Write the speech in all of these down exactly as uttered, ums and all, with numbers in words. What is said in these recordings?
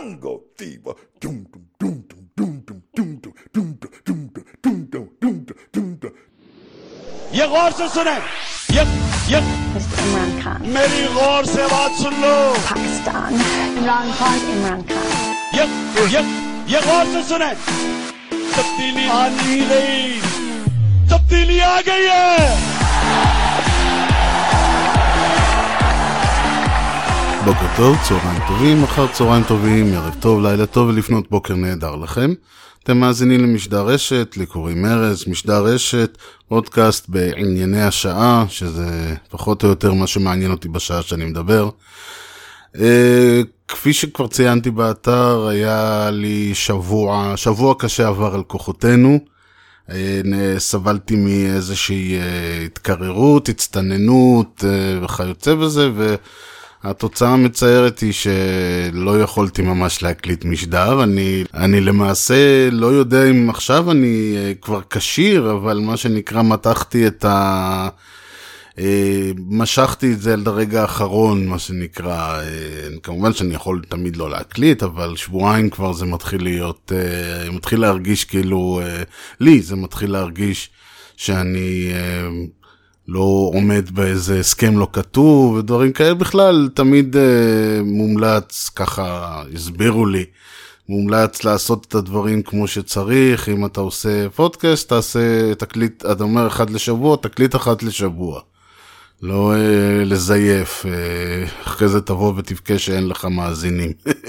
Tango Fever. Dum dum dum dum dum dum dum dum dum dum dum dum dum dum dum. ये गौर से सुने ये ये Mister Imran Khan. मेरी गौर से बात सुन लो Pakistan. Imran Khan, Imran Khan. ये ये ये गौर से सुने तब्दीली आ नहीं गई तब्दीली आ गई है בוקר טוב, צהריים טובים, מחר צהריים טובים, ערב טוב, לילה טוב ולפנות בוקר נהדר לכם. אתם מאזינים למשדר רשת, לי קוראים ארז, משדר רשת, פודקאסט בענייני השעה, שזה פחות או יותר מה שמעניין אותי בשעה שאני מדבר. כפי שכבר ציינתי באתר, היה לי שבוע, שבוע קשה עבר על כוחותינו, סבלתי מאיזושהי התקררות, הצטננות וכיוצא בזה, ו... התוצאה המצערת היא שלא יכולתי ממש להקליט משדר, אני, אני למעשה לא יודע אם עכשיו אני כבר קשיר, אבל מה שנקרא מתחתי את ה... משכתי את זה על הרגע האחרון, מה שנקרא, כמובן שאני יכול תמיד לא להקליט, אבל שבועיים כבר זה מתחיל להיות, מתחיל להרגיש כאילו, לי זה מתחיל להרגיש שאני... לא עומד באיזה הסכם לא כתוב ודברים כאלה. בכלל תמיד אה, מומלץ, ככה הסבירו לי, מומלץ לעשות את הדברים כמו שצריך. אם אתה עושה פודקאסט, תעשה, תקליט, אתה אומר אחד לשבוע, תקליט אחת לשבוע. לא אה, לזייף, אה, אחרי זה תבוא ותבכה שאין לך מאזינים.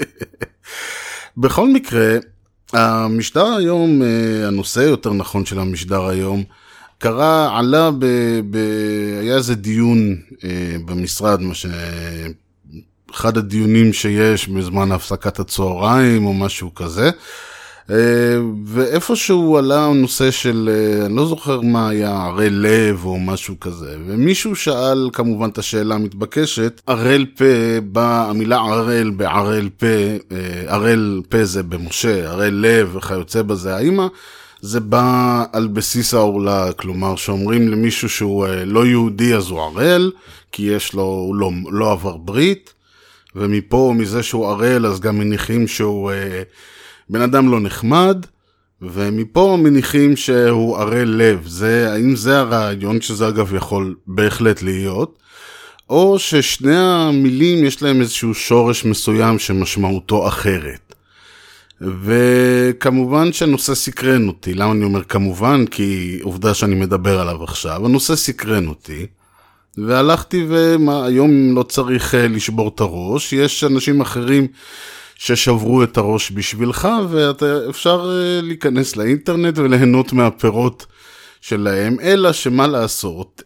בכל מקרה, המשדר היום, אה, הנושא יותר נכון של המשדר היום, קרה, עלה, ב, ב, היה איזה דיון אה, במשרד, מה ש... אחד הדיונים שיש בזמן הפסקת הצהריים או משהו כזה, אה, ואיפשהו עלה הנושא של, אה, אני לא זוכר מה היה, ערל לב או משהו כזה, ומישהו שאל כמובן את השאלה המתבקשת, ערל פה, בא, המילה ערל בערל פה, אה, ערל פה זה במשה, ערל לב וכיוצא בזה, האמא, זה בא על בסיס העורלה, כלומר שאומרים למישהו שהוא לא יהודי אז הוא ערל, כי יש לו, הוא לא, לא עבר ברית, ומפה מזה שהוא ערל אז גם מניחים שהוא אה, בן אדם לא נחמד, ומפה מניחים שהוא ערל לב. זה, האם זה הרעיון, שזה אגב יכול בהחלט להיות, או ששני המילים יש להם איזשהו שורש מסוים שמשמעותו אחרת. וכמובן שהנושא סקרן אותי. למה אני אומר כמובן? כי עובדה שאני מדבר עליו עכשיו, הנושא סקרן אותי, והלכתי, והיום לא צריך לשבור את הראש, יש אנשים אחרים ששברו את הראש בשבילך, ואפשר להיכנס לאינטרנט וליהנות מהפירות שלהם, אלא שמה לעשות,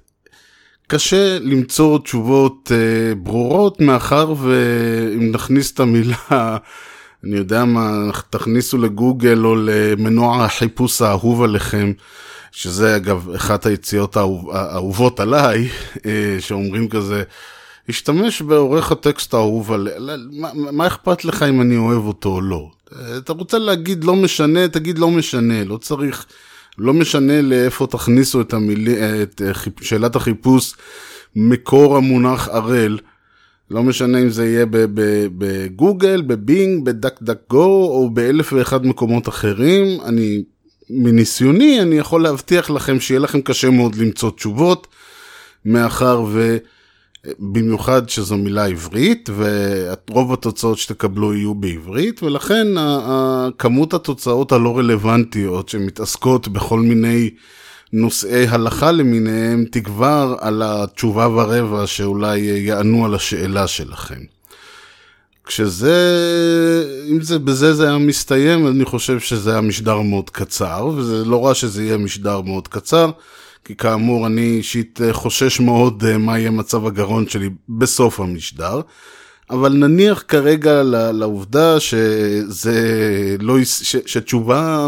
קשה למצוא תשובות ברורות, מאחר ואם נכניס את המילה, אני יודע מה, תכניסו לגוגל או למנוע החיפוש האהוב עליכם, שזה אגב אחת היציאות האהובות עליי, שאומרים כזה, השתמש בעורך הטקסט האהוב עליי, מה, מה אכפת לך אם אני אוהב אותו או לא? אתה רוצה להגיד לא משנה, תגיד לא משנה, לא צריך, לא משנה לאיפה תכניסו את, המילי, את שאלת החיפוש, מקור המונח ערל, לא משנה אם זה יהיה בגוגל, בבינג, בדק דק גו, או באלף ואחד מקומות אחרים. אני, מניסיוני, אני יכול להבטיח לכם שיהיה לכם קשה מאוד למצוא תשובות, מאחר ובמיוחד שזו מילה עברית, ורוב התוצאות שתקבלו יהיו בעברית, ולכן כמות התוצאות הלא רלוונטיות שמתעסקות בכל מיני נושאי הלכה למיניהם תגבר על התשובה ורבע שאולי יענו על השאלה שלכם. כשזה, אם זה בזה זה היה מסתיים, אני חושב שזה היה משדר מאוד קצר, וזה לא רע שזה יהיה משדר מאוד קצר, כי כאמור אני אישית חושש מאוד מה יהיה מצב הגרון שלי בסוף המשדר, אבל נניח כרגע לעובדה שזה לא, ש, שתשובה...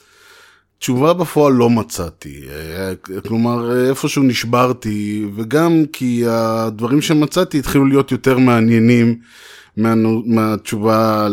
תשובה בפועל לא מצאתי, כלומר איפשהו נשברתי, וגם כי הדברים שמצאתי התחילו להיות יותר מעניינים מה, מהתשובה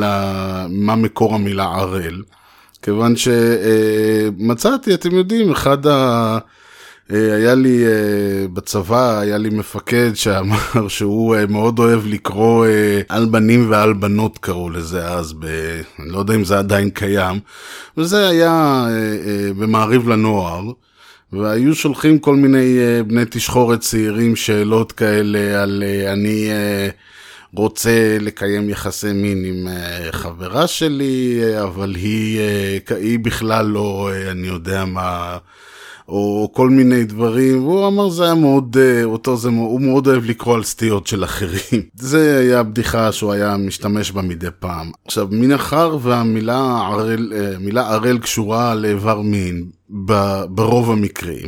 למה מקור המילה ערל, כיוון שמצאתי, אתם יודעים, אחד, ה, היה לי בצבא, היה לי מפקד שאמר שהוא מאוד אוהב לקרוא על בנים ועל בנות, קראו לזה אז, ב... אני לא יודע אם זה עדיין קיים, וזה היה במעריב לנוער, והיו שולחים כל מיני בני תשחורת צעירים שאלות כאלה על אני רוצה לקיים יחסי מין עם חברה שלי, אבל היא, היא בכלל לא, אני יודע מה, או כל מיני דברים, והוא אמר זה היה מאוד, אותו זה, הוא מאוד אוהב לקרוא על סטיות של אחרים. זה היה בדיחה שהוא היה משתמש בה מדי פעם. עכשיו, מנחר והמילה ערל, מילה ערל קשורה לאיבר מין, ברוב המקרים,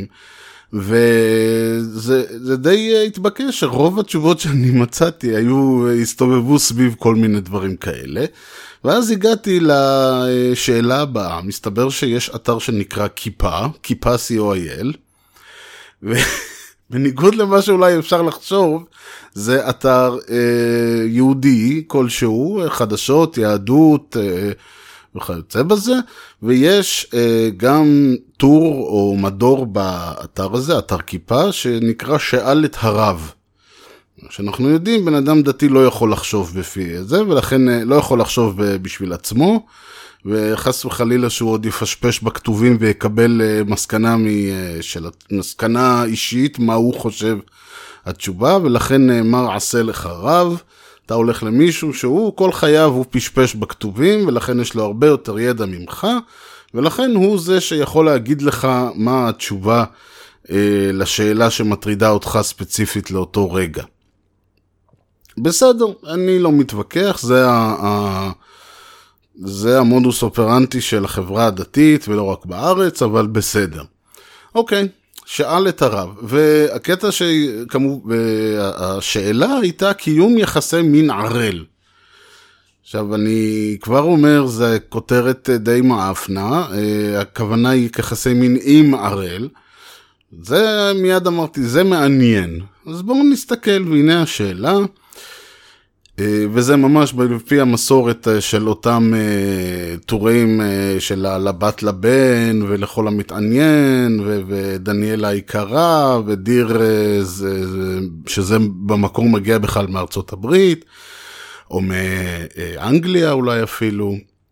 וזה זה די התבקש, רוב התשובות שאני מצאתי היו, הסתובבו סביב כל מיני דברים כאלה, ואז הגעתי לשאלה הבאה. מסתבר שיש אתר שנקרא כיפה, כיפה סי או איי אל, ובניגוד למה שאולי אפשר לחשוב, זה אתר אה, יהודי כלשהו, חדשות, יהדות, אה, וכיוצא בזה, ויש אה, גם טור או מדור באתר הזה, אתר כיפה, שנקרא שאל את הרב. שאנחנו יודעים, בן אדם דתי לא יכול לחשוב בפי זה, ולכן אה, לא יכול לחשוב בשביל עצמו, וחס וחלילה שהוא עוד יפשפש בכתובים ויקבל אה, מסקנה, מ- של, מסקנה אישית, מה הוא חושב התשובה, ולכן נאמר עשה לך רב, אתה הולך למישהו שהוא כל חייו הוא פשפש בכתובים, ולכן יש לו הרבה יותר ידע ממך, ולכן הוא זה שיכול להגיד לך מה התשובה אה, לשאלה שמטרידה אותך ספציפית לאותו רגע. בסדר, אני לא מתווכח, זה, ה, ה, זה המודוס אופרנטי של החברה הדתית, ולא רק בארץ, אבל בסדר. אוקיי. שאל את הרב, והקטע שכמובן, השאלה הייתה קיום יחסי מין ערל. עכשיו אני כבר אומר, זה כותרת די מאפנה, הכוונה היא יחסי מין עם ערל, זה מיד אמרתי, זה מעניין. אז בואו נסתכל, והנה השאלה, וזה ממש לפי המסורת של אותם טורים של לבת לבן ולכל המתעניין ודניאלה היקרה ודיר שזה במקור מגיע בכלל מארצות הברית או מאנגליה אולי אפילו,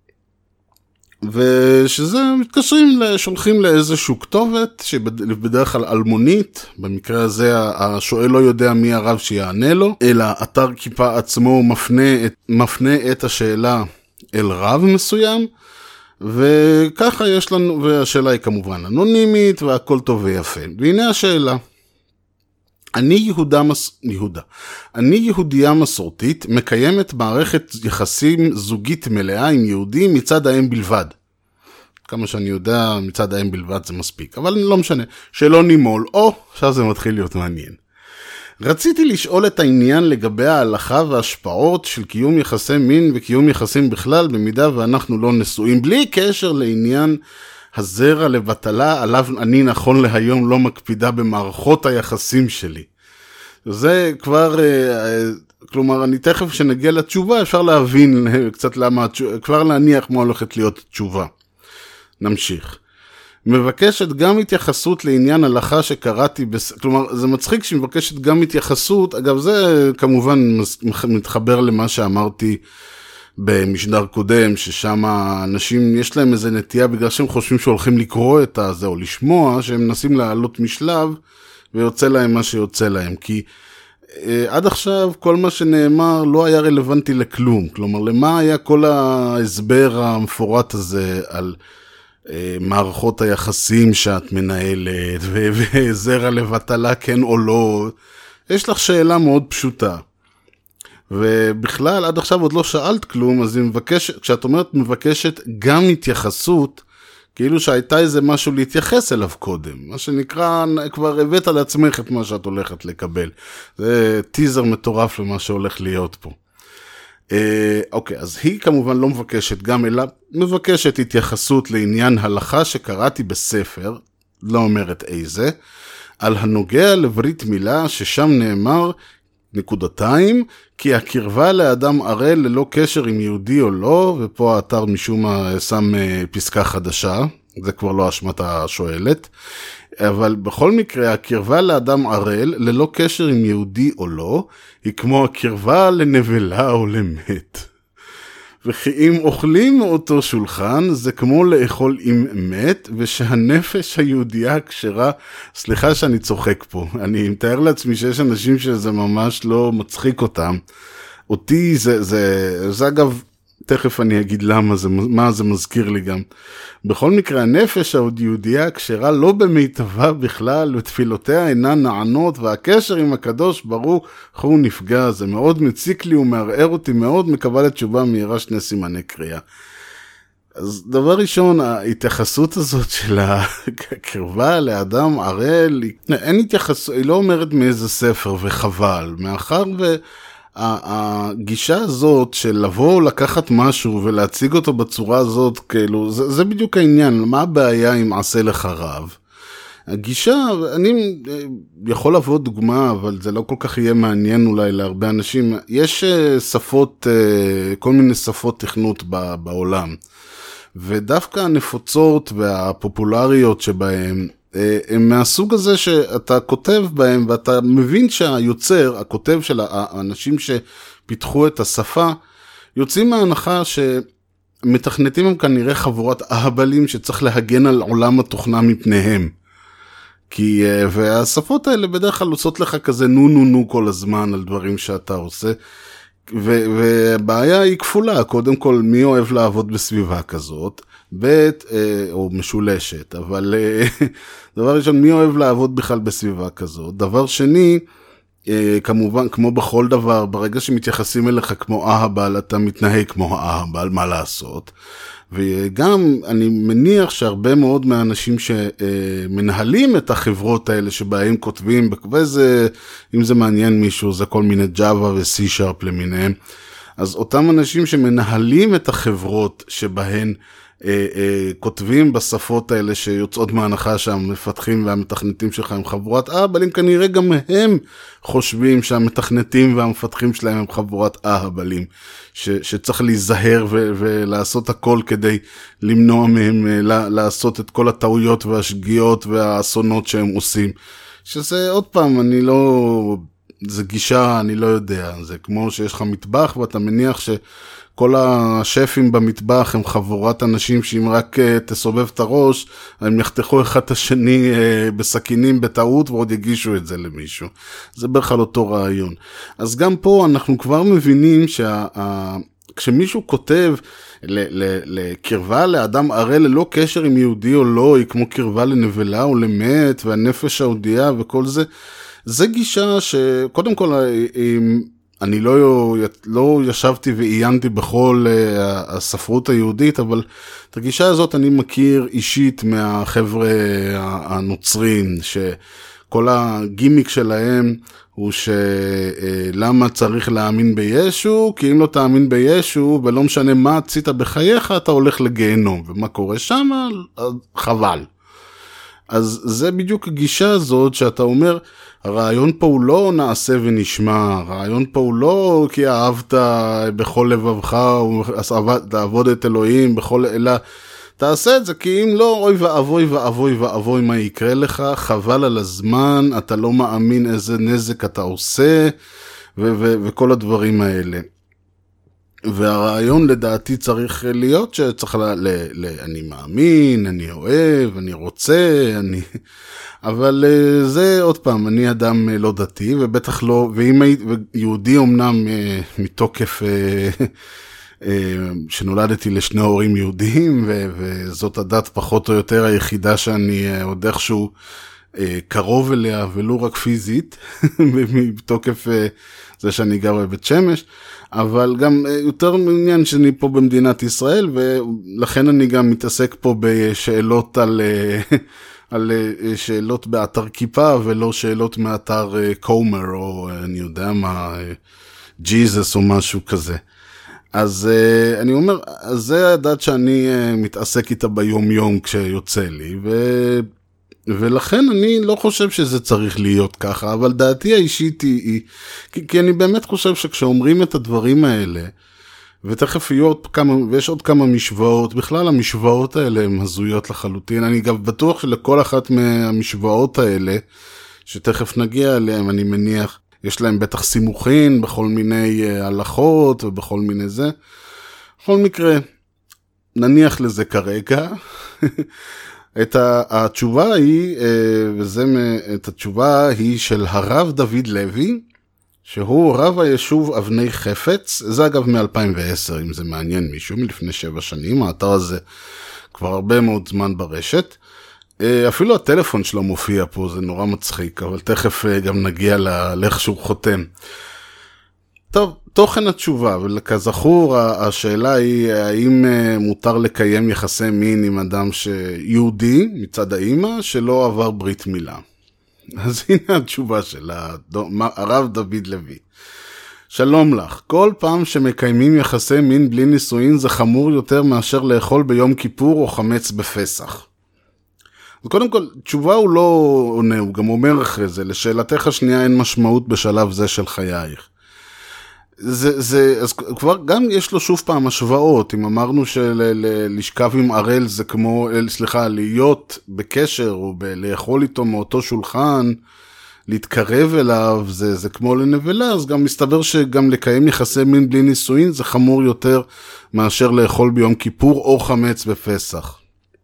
ושזה מתקשרים, שולחים לאיזשהו כתובת שבדרך כלל אלמונית, במקרה הזה השואל לא יודע מי הרב שיענה לו, אלא אתר כיפה עצמו מפנה את, מפנה את השאלה אל רב מסוים, וככה יש לנו, והשאלה היא כמובן אנונימית והכל טוב ויפה. והנה השאלה, אני יהודה, מס... יהודה. אני יהודייה מסורתית, מקיימת מערכת יחסים זוגית מלאה עם יהודים מצד האם בלבד. כמה שאני יודע, מצד האם בלבד זה מספיק, אבל לא משנה. שלא נימול, או, עכשיו זה מתחיל להיות מעניין. רציתי לשאול את העניין לגבי ההלכה וההשפעות של קיום יחסי מין וקיום יחסים בכלל, במידה ואנחנו לא נשואים, בלי קשר לעניין הזרע לבטלה, עליו אני נכון להיום לא מקפידה במערכות היחסים שלי. זה כבר, כלומר, אני תכף שנגיע לתשובה, אפשר להבין קצת למה, כבר להניח מה הולכת להיות תשובה. נמשיך. מבקשת גם התייחסות לעניין הלכה שקראתי, בס... כלומר, זה מצחיק שמבקשת גם התייחסות, אגב, זה כמובן מתחבר למה שאמרתי במשדר קודם, ששם אנשים יש להם איזה נטייה, בגלל שהם חושבים שהולכים לקרוא את הזה, או לשמוע, שהם מנסים לעלות משלב, ויוצא להם מה שיוצא להם, כי אה, עד עכשיו כל מה שנאמר לא היה רלוונטי לכלום, כלומר, למה היה כל ההסבר המפורט הזה על אה, מערכות היחסים שאת מנהלת, ו- וזרע לבטלה כן או לא, יש לך שאלה מאוד פשוטה. ובכלל עד עכשיו עוד לא שאלת כלום, אז היא מבקשת, כשאת אומרת מבקשת גם התייחסות, כאילו שהייתה איזה משהו להתייחס אליו קודם, מה שנקרא, כבר הבאת על עצמך את מה שאת הולכת לקבל. זה טיזר מטורף למה שהולך להיות פה. אה, אוקיי, אז היא כמובן לא מבקשת גם, אלא מבקשת התייחסות לעניין הלכה שקראתי בספר, לא אומרת איזה, על הנוגע לברית מילה, ששם נאמר, נקודתיים, כי הקרבה לאדם ערל ללא קשר עם יהודי או לא, ופה האתר משום מה שם פסקה חדשה, זה כבר לא אשמת השואלת, אבל בכל מקרה, הקרבה לאדם ערל, ללא קשר עם יהודי או לא, היא כמו הקרבה לנבלה או למת. וכי אם אוכלים מאותו שולחן, זה כמו לאכול עם מת, ושהנפש היהודייה הכשרה, סליחה שאני צוחק פה, אני מתאר לעצמי שיש אנשים שזה ממש לא מצחיק אותם. אותי זה, זה, זה אגב, תכף אני אגיד למה זה, מה זה מזכיר לי גם. בכל מקרה, הנפש היהודייה הכשרה לא במיטבה בכלל, ותפילותיה אינן נענות, והקשר עם הקדוש ברוך הוא נפגע. זה מאוד מציק לי ומערער אותי מאוד, מקבל לתשובה מהירה שני סימני קריאה. אז דבר ראשון, ההתייחסות הזאת של הקרבה לאדם ערל, אין התייחסות, היא לא אומרת מאיזה ספר, וחבל, מאחר ו... הגישה הזאת של לבוא לקחת משהו ולהציג אותו בצורה הזאת, כאילו, זה, זה בדיוק העניין, מה הבעיה עם עשה לך רב? הגישה, אני יכול לבוא דוגמה, אבל זה לא כל כך יהיה מעניין אולי להרבה אנשים, יש שפות, כל מיני שפות תכנות בעולם, ודווקא הנפוצות והפופולריות שבהם, הם מהסוג הזה שאתה כותב בהם, ואתה מבין שהיוצר, הכותב של האנשים שפיתחו את השפה, יוצאים מההנחה שמתכנתים הם כנראה חבורת אהבלים שצריך להגן על עולם התוכנה מפניהם. כי, והשפות האלה בדרך כלל עושות לך כזה נו נו נו כל הזמן על דברים שאתה עושה, ו- ובעיה היא כפולה, קודם כל מי אוהב לעבוד בסביבה כזאת, בית או משולשת, אבל דבר ראשון, מי אוהב לעבוד בכלל בסביבה כזאת? דבר שני, כמובן, כמו בכל דבר, ברגע שמתייחסים אליך כמו אהבל, אתה מתנהג כמו אהבל, מה לעשות? וגם אני מניח שהרבה מאוד מהאנשים שמנהלים את החברות האלה שבהם כותבים, וזה, אם זה מעניין מישהו, זה כל מיני ג'אווה ו-C Sharp למיניהם, אז אותם אנשים שמנהלים את החברות שבהן אה, אה, כותבים בשפות האלה שיוצאות מההנחה שהמפתחים והמתכנתים שלך הם חבורת אהבלים, כנראה גם הם חושבים שהמתכנתים והמפתחים שלהם הם חבורת אהבלים, ש, שצריך להיזהר ו, ולעשות הכל כדי למנוע מהם ל, לעשות את כל הטעויות והשגיאות והאסונות שהם עושים. שזה עוד פעם, אני לא... זה גישה, אני לא יודע, זה כמו שיש לך מטבח ואתה מניח שכל השפים במטבח הם חבורת אנשים שאם רק תסובב את הראש, הם יחתכו אחד את השני בסכינים בטעות ועוד יגישו את זה למישהו. זה בכלל אותו רעיון. אז גם פה אנחנו כבר מבינים שה... כשמישהו כותב לקרבה לאדם ערל ללא קשר עם יהודי או לא, היא כמו קרבה לנבלה או למת והנפש ההודיעה וכל זה, זה גישה שקודם כל אני לא, לא ישבתי ועיינתי בכל הספרות היהודית, אבל את הגישה הזאת אני מכיר אישית מהחבר'ה הנוצרים, שכל הגימיק שלהם הוא שלמה צריך להאמין בישו, כי אם לא תאמין בישו ולא משנה מה עשית בחייך, אתה הולך לגיהנום, ומה קורה שם? חבל. אז זה בדיוק הגישה הזאת שאתה אומר, הרעיון פה הוא לא נעשה ונשמע, הרעיון פה הוא לא כי אהבת בכל לבבך, תעבוד את אלוהים בכל, אלא תעשה את זה, כי אם לא, אוי ואבוי ואבוי ואבוי מה יקרה לך, חבל על הזמן, אתה לא מאמין איזה נזק אתה עושה, ו- ו- וכל הדברים האלה. והרעיון לדעתי צריך להיות שצריך ל... ל, ל אני מאמין, אני אוהב, אני רוצה, אני... אבל זה עוד פעם, אני אדם לא דתי, ובטח לא, ואם יהודי אמנם מתוקף שנולדתי לשני הורים יהודים, ו, וזאת הדת פחות או יותר היחידה שאני עוד איכשהו קרוב אליה, ולא רק פיזית, מתוקף זה שאני גר בבית שמש, אבל גם יותר מעניין שאני פה במדינת ישראל, ולכן אני גם מתעסק פה בשאלות על, על שאלות באתר כיפה, ולא שאלות מאתר קומר, או אני יודע מה, ג'יזוס או משהו כזה. אז אני אומר, זה הדת שאני מתעסק איתה ביום יום כשיוצא לי, ו... ולכן אני לא חושב שזה צריך להיות ככה, אבל דעתי האישית היא, היא כי, כי אני באמת חושב שכשאומרים את הדברים האלה, ותכף יהיו עוד כמה, ויש עוד כמה משוואות, בכלל המשוואות האלה הן הזויות לחלוטין, אני גם בטוח שלכל אחת מהמשוואות האלה, שתכף נגיע אליהם, אני מניח, יש להם בטח סימוכין, בכל מיני הלכות, ובכל מיני זה. בכל מקרה, נניח לזה כרגע, את התשובה היא, וזה, את התשובה היא של הרב דוד לוי, שהוא רב היישוב אבני חפץ, זה אגב מ-אלפיים ועשר, אם זה מעניין מישהו, מלפני שבע שנים, האתר הזה כבר הרבה מאוד זמן ברשת, אפילו הטלפון שלו מופיע פה, זה נורא מצחיק, אבל תכף גם נגיע לאיך שהוא חותם. טוב, תוכן התשובה, וכזכור, השאלה היא, האם מותר לקיים יחסי מין עם אדם שיהודי, מצד האמא, שלא עבר ברית מילה. אז הנה התשובה של הרב דוד לוי. שלום לך, כל פעם שמקיימים יחסי מין בלי נישואין זה חמור יותר מאשר לאכול ביום כיפור או חמץ בפסח. וקודם כל, תשובה הוא לא עונה, הוא גם אומר אחרי זה, לשאלתך השנייה אין משמעות בשלב זה של חייך. זה, זה, אז כבר גם יש לו שוב פעם השוואות, אם אמרנו שלשכב עם ערל זה כמו, סליחה, להיות בקשר או ב- לאכול איתו מאותו שולחן, להתקרב אליו, זה, זה כמו לנבלה, אז גם מסתבר שגם לקיים יחסי מין בלי נישואין זה חמור יותר מאשר לאכול ביום כיפור או חמץ בפסח.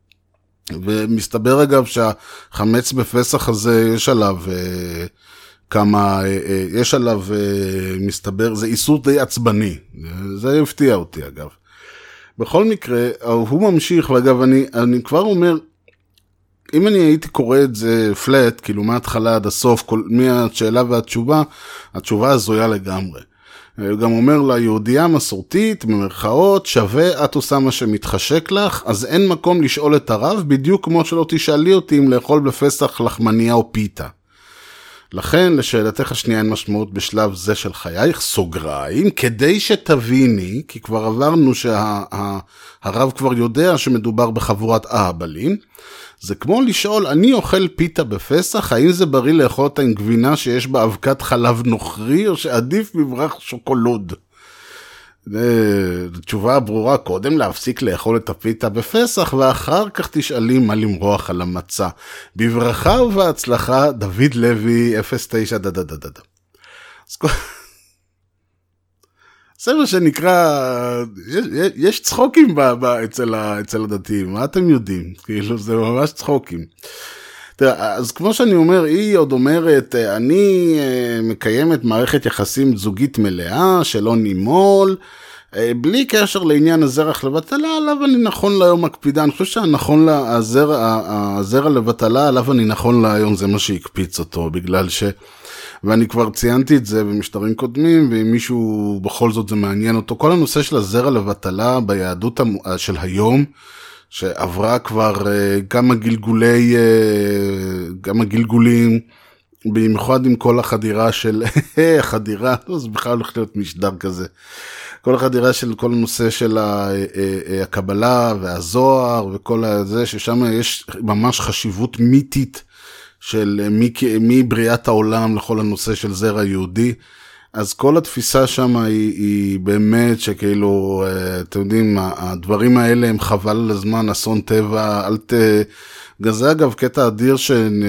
ומסתבר אגב שהחמץ בפסח הזה יש עליו אה, כמה, אה, אה, יש עליו אה, מסתבר, זה איסור די עצבני, זה הפתיע אותי אגב. בכל מקרה, הוא ממשיך, ואגב אני, אני כבר אומר, אם אני הייתי קורא את זה פלט, כאילו מההתחלה עד הסוף, כל, מהשאלה והתשובה, התשובה הזויה לגמרי. הוא גם אומר לה, יהודייה מסורתית, במרכאות, שווה, את עושה מה שמתחשק לך, אז אין מקום לשאול את הרב, בדיוק כמו שלא תשאלי אותי אם לאכול בפסח לחמניה או פיתה. לכן, לשאלתך השנייה אין משמעות בשלב זה של חייך, סוגריים, כדי שתביני, כי כבר עברנו שהרב כבר יודע שמדובר בחבורת אהבלים, זה כמו לשאול, אני אוכל פיתה בפסח, האם זה בריא לאכול אותה עם גבינה שיש בה אבקת חלב נוכרי, או שעדיף מברח שוקולוד? תשובה ברורה, קודם להפסיק לאכול את הפיתה בפסח, ואחר כך תשאלי מה למרוח על המצה. בברכה ובהצלחה, דוד לוי, אפס תשע דדדדד. זה מה שנקרא, יש, יש צחוקים ב, ב, אצל, ה, אצל הדתיים, מה אתם יודעים? כאילו זה ממש צחוקים. תראה, אז כמו שאני אומר, היא עוד אומרת, אני מקיימת מערכת יחסים זוגית מלאה, שלא נימול, בלי קשר לעניין הזרח לבטלה, עליו אני נכון להיום מקפידה, אני חושב שהנכון לה, הזרע, הזרע לבטלה, עליו אני נכון להיום, זה מה שהקפיץ אותו, בגלל ש... ואני כבר ציינתי את זה במשטרים קודמים, ואם מישהו בכל זאת זה מעניין אותו, כל הנושא של הזרע לבטלה ביהדות של היום, שעברה כבר גם הגלגולי, גם הגלגולים, במיוחד עם כל החדירה של, החדירה, זה בכלל הולך להיות משדר כזה, כל החדירה של כל הנושא של הקבלה והזוהר וכל זה, ששם יש ממש חשיבות מיתית, של מי, מי בריאת העולם לכל הנושא של זרע יהודי, אז כל התפיסה שם היא, היא באמת שכאילו, אתם יודעים, הדברים האלה הם חבל על הזמן, אסון טבע, אל ת... גזה אגב קטע אדיר שהם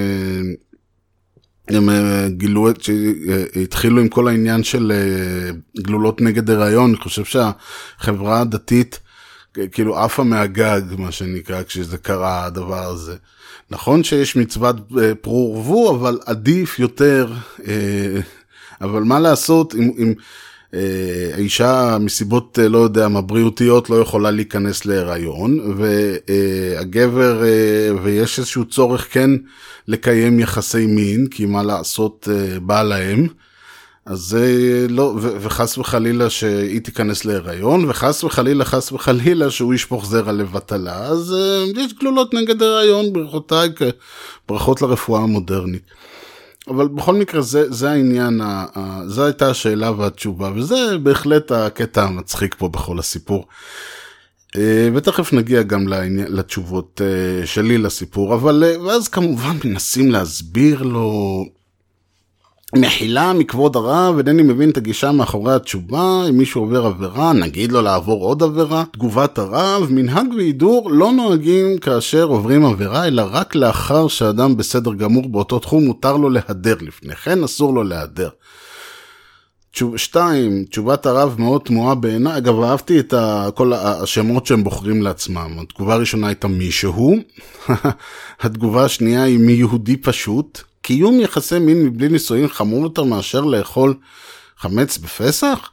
גילו, שהתחילו עם כל העניין של גלולות נגד הריון, אני חושב שהחברה הדתית, כאילו עפה מהגג, מה שנקרא, כשזה קרה הדבר הזה. נכון שיש מצוות פרו ורבו, אבל עדיף יותר, אבל מה לעשות אם, אם האישה מסיבות, לא יודע, הבריאותיות לא יכולה להיכנס להיריון, והגבר, ויש איזשהו צורך כן לקיים יחסי מין, כי מה לעשות בא להם, אז זה לא, ו- וחס וחלילה שהיא תיכנס להיריון, וחס וחלילה, חס וחלילה שהוא ישפוך זרע לבטלה, אז uh, יש גלולות נגד ההיריון, ברכותיי, ברכות לרפואה המודרנית. אבל בכל מקרה, זה, זה העניין, ה- ה- זו הייתה השאלה והתשובה, וזה בהחלט הקטע המצחיק פה בכל הסיפור. Uh, ותכף נגיע גם לעניין, לתשובות uh, שלי לסיפור, אבל uh, ואז כמובן מנסים להסביר לו, מחילה מכבוד הרב, אינני מבין את הגישה מאחורי התשובה, אם מישהו עובר עבירה, נגיד לו לעבור עוד עבירה. תגובת הרב, מנהג והידור לא נוהגים כאשר עוברים עבירה, אלא רק לאחר שאדם בסדר גמור באותו תחום מותר לו להדר, לפני כן אסור לו להדר. שתיים, תשובת הרב מאוד תמוהה בעיניי, אגב אהבתי את כל השמות שהם בוחרים לעצמם. התגובה הראשונה הייתה מישהו, התגובה השנייה היא מיהודי פשוט, קיום יחסי מין מבלי נישואים חמור יותר מאשר לאכול חמץ בפסח?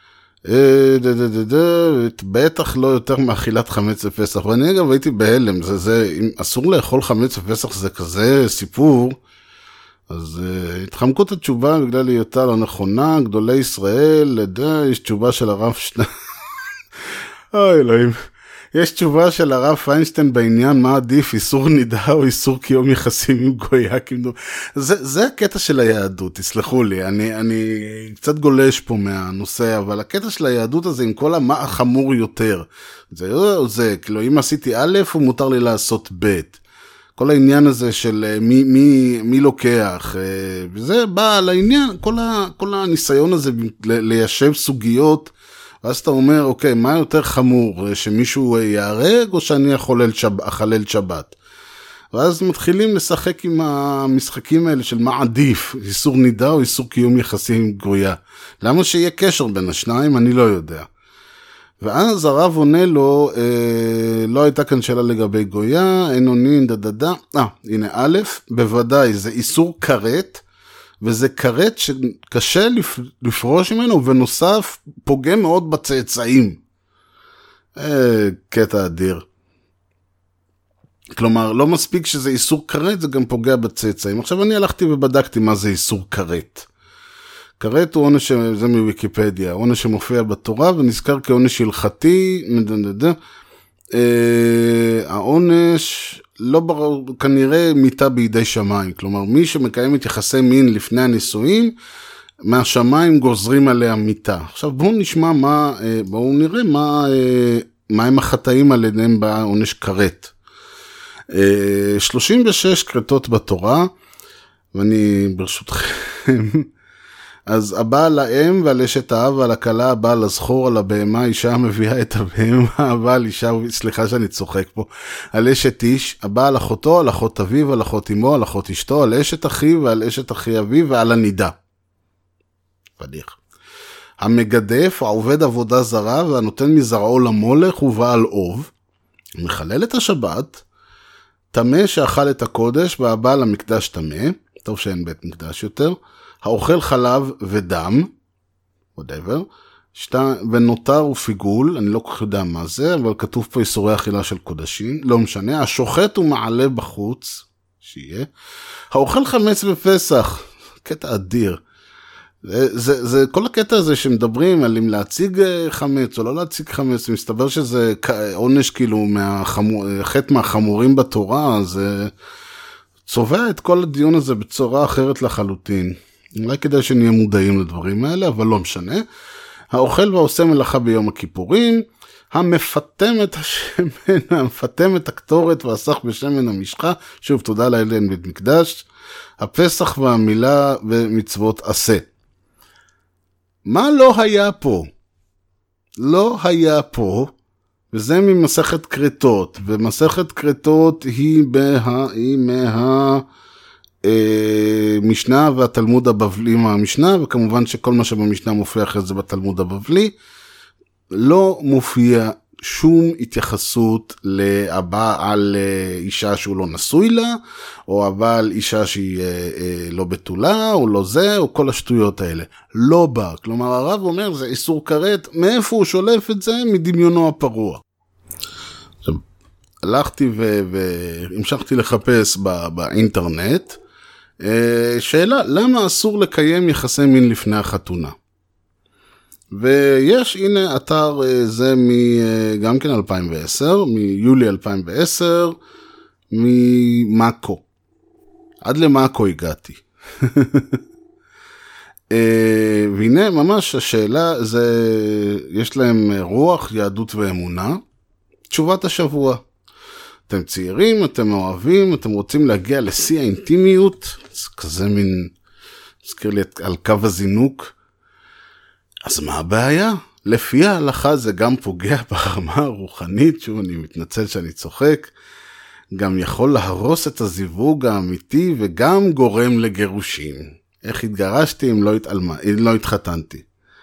בטח לא יותר מאכילת חמץ בפסח, ואני אגב הייתי בהלם, זה, זה, אם אסור לאכול חמץ בפסח זה כזה סיפור, אז uh, התחמקו את התשובה בגלל היותה לא נכונה, גדולי ישראל, לדע, יש תשובה של הרב שני... אוי אלוהים, יש תשובה של הרב פיינשטיין בעניין מה עדיף, איסור נידה או איסור קיום יחסים עם גויה, כאילו, זה, זה הקטע של היהדות, תסלחו לי, אני, אני קצת גולש פה מהנושא, אבל הקטע של היהדות הזה עם כל המה החמור יותר, זה, זה, כאילו, אם עשיתי א', הוא מותר לי לעשות ב', כל העניין הזה של מי, מי, מי לוקח, וזה בא על העניין, כל, ה, כל הניסיון הזה ליישב סוגיות, ואז אתה אומר, אוקיי, מה יותר חמור, שמישהו יהרג או שאני אחולל שב, אחלל שבת? ואז מתחילים לשחק עם המשחקים האלה של מה עדיף, איסור נידה או איסור קיום יחסים עם גויה. למה שיהיה קשר בין השניים? אני לא יודע. ואז הרב עונה לו, אה, לא הייתה כאן שאלה לגבי גויה, אין עונין, דדדה, אה, הנה א', בוודאי, זה איסור כרת, וזה כרת שקשה לפ... לפרוש ממנו, ובנוסף פוגע מאוד בצאצאים. אה, קטע אדיר. כלומר, לא מספיק שזה איסור כרת, זה גם פוגע בצאצאים. עכשיו אני הלכתי ובדקתי מה זה איסור כרת. כרת הוא עונש, זה מוויקיפדיה, עונש שמופיע בתורה ונזכר כעונש הלכתי, מדדדה. אה, העונש לא ברור, כנראה מיתה בידי שמיים, כלומר מי שמקיים את יחסי מין לפני הנישואים, מהשמיים גוזרים עליה מיתה. עכשיו בואו נשמע מה, בואו נראה מה, מה הם החטאים עליהם בעונש כרת. שלושים ושש כרתות בתורה, ואני ברשותכם, אז הבעל האם ועל אשת האב ועל הכלה, הבעל הזכור, על הבהמה, אישה המביאה את הבהמה, הבעל אישה, סליחה שאני צוחק פה, על אשת איש, הבעל אחותו, על אחות אביו, על אחות אמו, על אחות אשתו, על אשת אחיו ועל אשת אחי אביו ועל הנידה. פדיח. המגדף, העובד עבודה זרה והנותן מזרעו למולך ובעל אוב, מחלל את השבת, תמה שאכל את הקודש והבעל המקדש תמה, טוב שאין בית מקדש יותר, האוכל חלב ודם, whatever, שתה, ונותר ופיגול, אני לא כל כך יודע מה זה, אבל כתוב פה איסורי אכילה של קודשים, לא משנה, השוחט ומעלה בחוץ, שיהיה, האוכל חמץ בפסח, קטע אדיר, זה, זה, זה כל הקטע הזה שמדברים על אם להציג חמץ או לא להציג חמץ, מסתבר שזה עונש כאילו מהחמור, חטא מהחמורים בתורה, זה צובע את כל הדיון הזה בצורה אחרת לחלוטין. אולי כדאי שנהיה מודעים לדברים האלה, אבל לא משנה. האוכל והעושה מלאכה ביום הכיפורים, המפתם את השמן, המפתם את הקטורת והסך בשמן המשחה, שוב תודה לאלן בית מקדש, הפסח והמילה ומצוות עשה. מה לא היה פה? לא היה פה, וזה ממסכת קרטות, ומסכת קרטות היא, בה, היא מה... משנה והתלמוד הבבלי מהמשנה, וכמובן שכל מה שבמשנה מופיע אחרי זה בתלמוד הבבלי, לא מופיע שום התייחסות לבעל אישה שהוא לא נשוי לה, או הבעל אישה שהיא לא בתולה, או לא זה, או כל השטויות האלה. לא בא. כלומר, הרב אומר, זה איסור כרת, מאיפה הוא שולף את זה? מדמיונו הפרוע. עכשיו, הלכתי והמשכתי לחפש באינטרנט, שאלה, למה אסור לקיים יחסי מין לפני החתונה? ויש, הנה, אתר זה מ- גם כן אלפיים ועשר, מיולי אלפיים ועשר, ממאקו. עד למאקו הגעתי. והנה, ממש השאלה זה, יש להם רוח, יהדות ואמונה. תשובת השבוע. אתם צעירים, אתם אוהבים, אתם רוצים להגיע לשיא האינטימיות, זה כזה מין הזכיר לי על קו הזינוק. אז מה הבעיה? לפי ההלכה זה גם פוגע ברמה הרוחנית, שוב אני מתנצל שאני צוחק, גם יכול להרוס את הזיווג האמיתי וגם גורם לגירושים. איך התגרשתי אם לא, התעלמה, אם לא התחתנתי?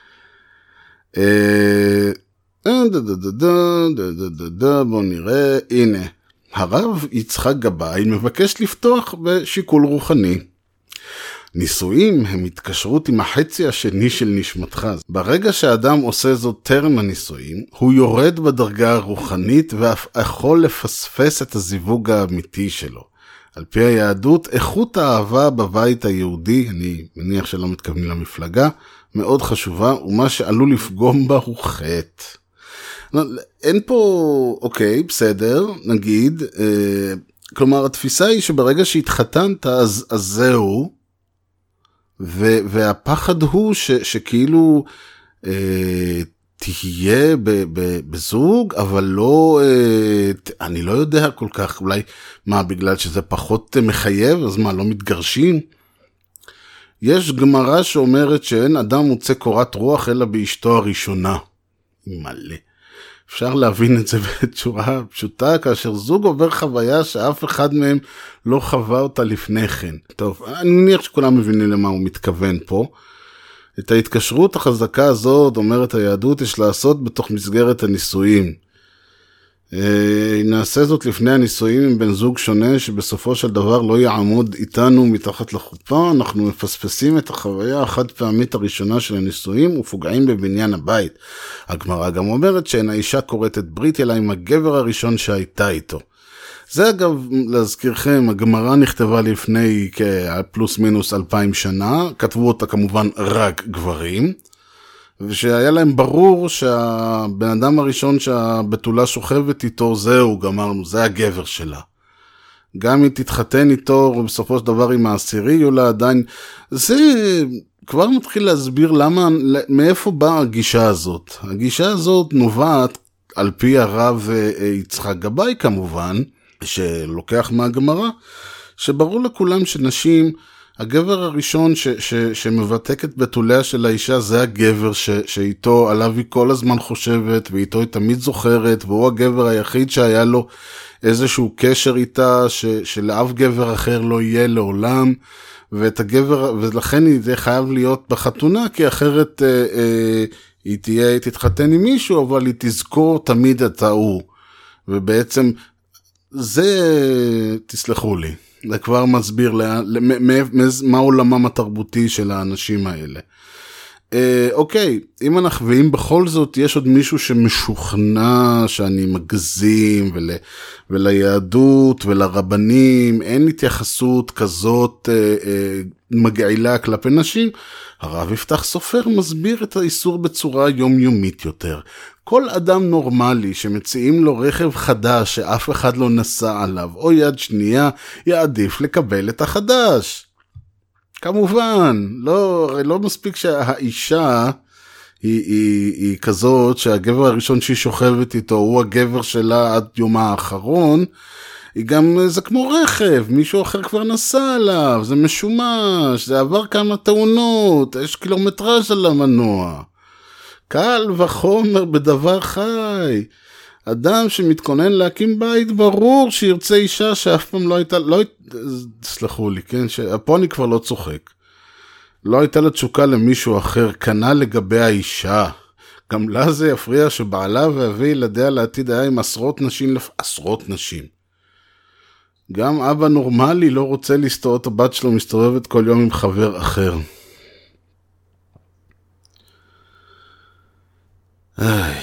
בואו נראה, הנה, הרב יצחק גבאי מבקש לפתוח בשיקול רוחני. נישואים הם התקשרות עם החצי השני של נשמתך. ברגע שאדם עושה זאת טרם הנישואים, הוא יורד בדרגה הרוחנית ואף יכול לפספס את הזיווג האמיתי שלו. על פי היהדות, איכות האהבה בבית היהודי, אני מניח שלא מתכוונים למפלגה, מאוד חשובה, ומה שעלול לפגום בה הוא חטא. אין פה, אוקיי, בסדר, נגיד, אה, כלומר, התפיסה היא שברגע שהתחתנת, אז, אז זהו, ו, והפחד הוא ש, שכאילו אה, תהיה ב, ב, בזוג, אבל לא, אה, אני לא יודע כל כך, אולי, מה, בגלל שזה פחות מחייב, אז מה, לא מתגרשים? יש גמרא שאומרת שאין אדם מוצא קורת רוח אלא באשתו הראשונה. מלא. אפשר להבין את זה בצורה פשוטה, כאשר זוג עובר חוויה שאף אחד מהם לא חווה אותה לפני כן. טוב, אני מניח שכולם מבינים למה הוא מתכוון פה. את ההתקשרות החזקה הזאת, אומרת היהדות, יש לעשות בתוך מסגרת הנישואים. נעשה זאת לפני הנישואים עם בן זוג שונה, שבסופו של דבר לא יעמוד איתנו מתחת לחופה. אנחנו מפספסים את החוויה החד פעמית הראשונה של הנישואים ופוגעים בבניין הבית. הגמרא גם אומרת שאין האישה קוראת את ברית אלא עם הגבר הראשון שהייתה איתו. זה אגב, להזכירכם, הגמרא נכתבה לפני כפלוס מינוס אלפיים שנה, כתבו אותה כמובן רק גברים, ושהיה להם ברור שהבן אדם הראשון שהבתולה שוכבת איתו, זהו, גמרנו, זה הגבר שלה. גם אם תתחתן איתו, ובסופו של דבר עם העשירי, יולה עדיין, זה כבר מתחיל להסביר למה, מאיפה באה הגישה הזאת. הגישה הזאת נובעת, על פי הרב יצחק גבאי כמובן, שלוקח מהגמרא, שברור לכולם שנשים, הגבר הראשון ש, ש, שמבטק את בתוליה של האישה, זה הגבר ש, שאיתו, עליו היא כל הזמן חושבת, ואיתו היא תמיד זוכרת, והוא הגבר היחיד שהיה לו איזשהו קשר איתה, ש, שלאף גבר אחר לא יהיה לעולם, ואת הגבר, ולכן זה חייב להיות בחתונה, כי אחרת אה, אה, היא תהיה, היא תתחתן עם מישהו, אבל היא תזכור תמיד את ההוא. ובעצם, זה, תסלחו לי, זה כבר מסביר לה, מה, מה עולמם התרבותי של האנשים האלה. אה, אוקיי, אם אנחנו, ואם בכל זאת יש עוד מישהו שמשוכנע שאני מגזים, ול, וליהדות ולרבנים, אין התייחסות כזאת אה, אה, מגעילה כלפי נשים, הרב יפתח סופר מסביר את האיסור בצורה יומיומית יותר. כל אדם נורמלי שמציעים לו רכב חדש שאף אחד לא נסע עליו, או יד שנייה, יעדיף לקבל את החדש. כמובן, לא, לא מספיק שהאישה היא, היא, היא כזאת שהגבר הראשון שהיא שוכבת איתו הוא הגבר שלה עד יום האחרון, היא גם, זה כמו רכב, מישהו אחר כבר נסע עליו, זה משומש, זה עבר כמה תאונות, יש קילומטראז' על המנוע. קל וחומר בדבר חי. אדם שמתכונן להקים בית, ברור שירצה אישה שאף פעם לא הייתה, לא, סלחו לי, כן, פה אני כבר לא צוחק. לא הייתה לה תשוקה למישהו אחר, כנה לגבי האישה. גם לה זה יפריע שבעלה ואבי ילדיה לעתיד היה עם עשרות נשים, עשרות נשים. גם אבא נורמלי לא רוצה להסתור את הבת שלו, מסתובבת כל יום עם חבר אחר. איי.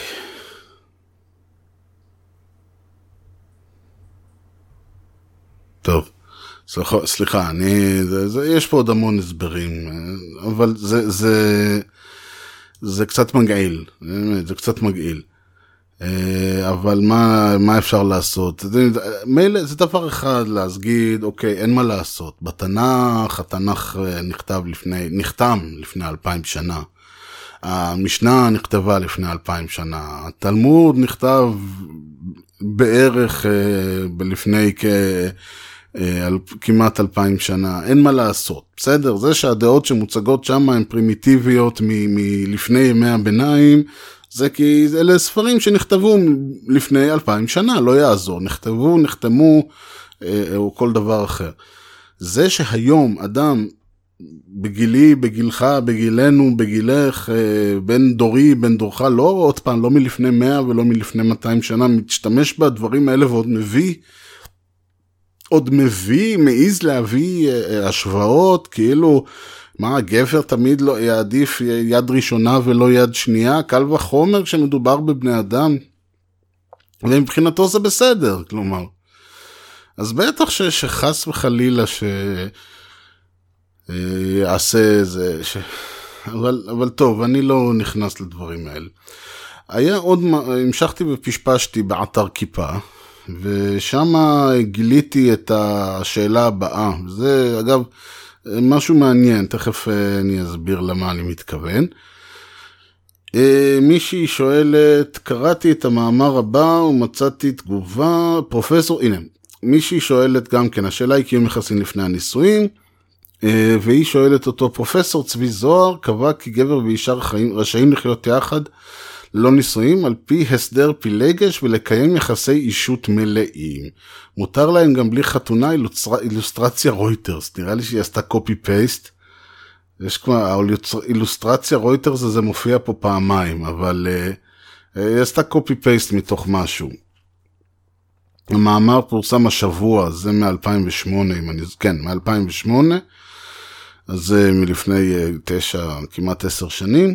טוב, סליחה, סליחה, אני, זה, זה, יש פה עוד המון הסברים, אבל זה, זה, זה קצת מגעיל, זה קצת מגעיל. אבל מה, מה אפשר לעשות? זה, מילא, זה דבר אחד להגיד, אוקיי, אין מה לעשות. בתנ"ך, התנ"ך נכתב לפני, נחתם לפני אלפיים שנה. המשנה נכתבה לפני אלפיים שנה. התלמוד נכתב בערך לפני על כמעט אלפיים שנה, אין מה לעשות, בסדר? זה שהדעות שמוצגות שם הן פרימיטיביות מלפני ימי הביניים, זה כי אלה ספרים שנכתבו לפני אלפיים שנה, לא יעזור, נכתבו, נחתמו, או כל דבר אחר. זה שהיום אדם בגילי, בגילך, בגילנו, בגילך, בין דורי, בין דורך, לא עוד פעם, לא מלפני מאה ולא מלפני מאתיים שנה, מתשתמש בדברים האלה ועוד מביא, עוד מביא, מעיז להביא השוואות, כאילו, מה, הגבר תמיד לא יעדיף יד ראשונה ולא יד שנייה, קל וחומר כשמדובר בבני אדם, ומבחינתו זה בסדר, כלומר. אז בטח ש, שחס וחלילה ש... יעשה זה, ש... אבל, אבל טוב, אני לא נכנס לדברים האלה. היה עוד, המשכתי ופשפשתי באתר כיפה, ושם גיליתי את השאלה הבאה. זה, אגב, משהו מעניין, תכף אני אסביר למה אני מתכוון. מישהי שואלת, קראתי את המאמר הבא ומצאתי תגובה, פרופסור, הנה, מישהי שואלת גם כן, השאלה היא קיום יחסים לפני הנישואים, והיא שואלת אותו, פרופסור צבי זוהר קבע כי גבר ואישה רשאים לחיות יחד ללא נישואים על פי הסדר פילגש ולקיים יחסי אישות מלאים. מותר להם גם בלי חתונה, אילוסטרציה רויטרס, נראה לי שהיא עשתה קופי פייסט, יש כבר, אילוסטרציה רויטרס זה מופיע פה פעמיים, אבל היא עשתה קופי פייסט מתוך משהו. המאמר פורסם השבוע, זה מ-אלפיים ושמונה, כן, מ-אלפיים ושמונה, אז זה מלפני תשע, כמעט עשר שנים.